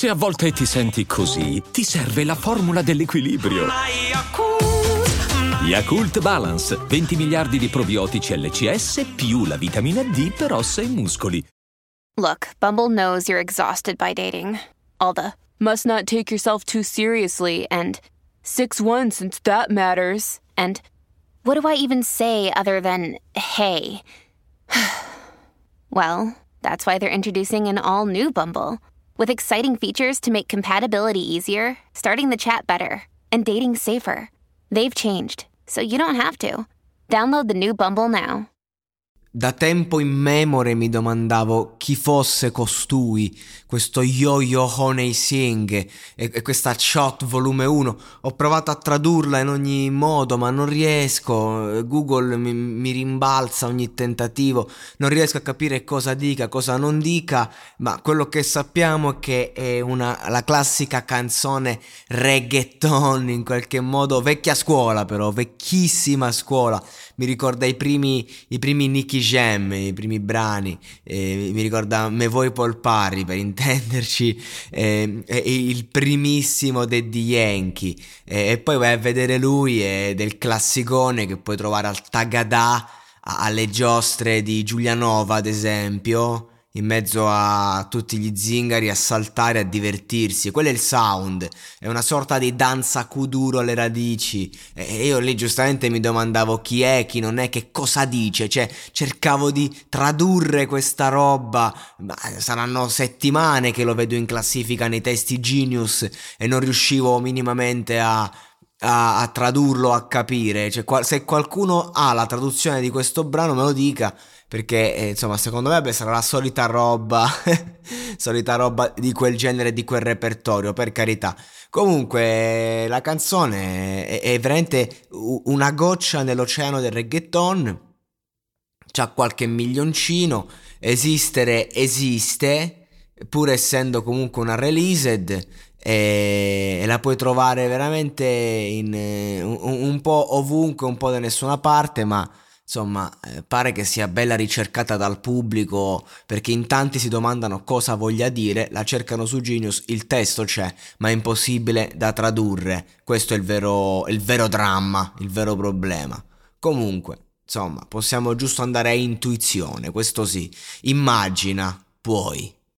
Se a volte ti senti così, ti serve la formula dell'equilibrio. Yakult Balance, 20 miliardi di probiotici LCS più la vitamina D per ossa e muscoli. Look, Bumble knows you're exhausted by dating. All the must not take yourself too seriously and 6'1" since that matters. And what do I even say other than hey? Well, that's why they're introducing an all-new Bumble with exciting features to make compatibility easier, starting the chat better, and dating safer. They've changed, so you don't have to. Download the new Bumble now. Da tempo immemore mi domandavo chi fosse costui, questo Yo-Yo Honey Singh e questa Shot volume 1. Ho provato a tradurla in ogni modo, ma non riesco. Google mi rimbalza ogni tentativo, non riesco a capire cosa dica, cosa non dica, ma quello che sappiamo è che è la classica canzone reggaeton, in qualche modo vecchia scuola, però vecchissima scuola. Mi ricorda i primi Nicky Jam, i primi brani, mi ricorda Me Vuoi Polpari, per intenderci, il primissimo Daddy Yankee, e poi vai a vedere lui, del classicone che puoi trovare al Tagadà, alle giostre di Giulianova ad esempio, in mezzo a tutti gli zingari a saltare, a divertirsi. Quello è il sound, è una sorta di danza kuduro alle radici, e io lì giustamente mi domandavo chi è, chi non è, che cosa dice, cioè cercavo di tradurre questa roba, ma saranno settimane che lo vedo in classifica nei testi Genius e non riuscivo minimamente a tradurlo, a capire. Cioè, se qualcuno ha la traduzione di questo brano me lo dica, perché insomma secondo me sarà la solita roba solita roba di quel genere, di quel repertorio, per carità. Comunque la canzone è veramente una goccia nell'oceano del reggaeton, c'ha qualche milioncino, esiste, pur essendo comunque una released, e la puoi trovare veramente in un po' ovunque, un po' da nessuna parte, ma insomma pare che sia bella ricercata dal pubblico, perché in tanti si domandano cosa voglia dire, la cercano su Genius, il testo c'è, ma è impossibile da tradurre. Questo è il vero dramma, il vero problema. Comunque, insomma, possiamo giusto andare a intuizione, questo sì, immagina, puoi.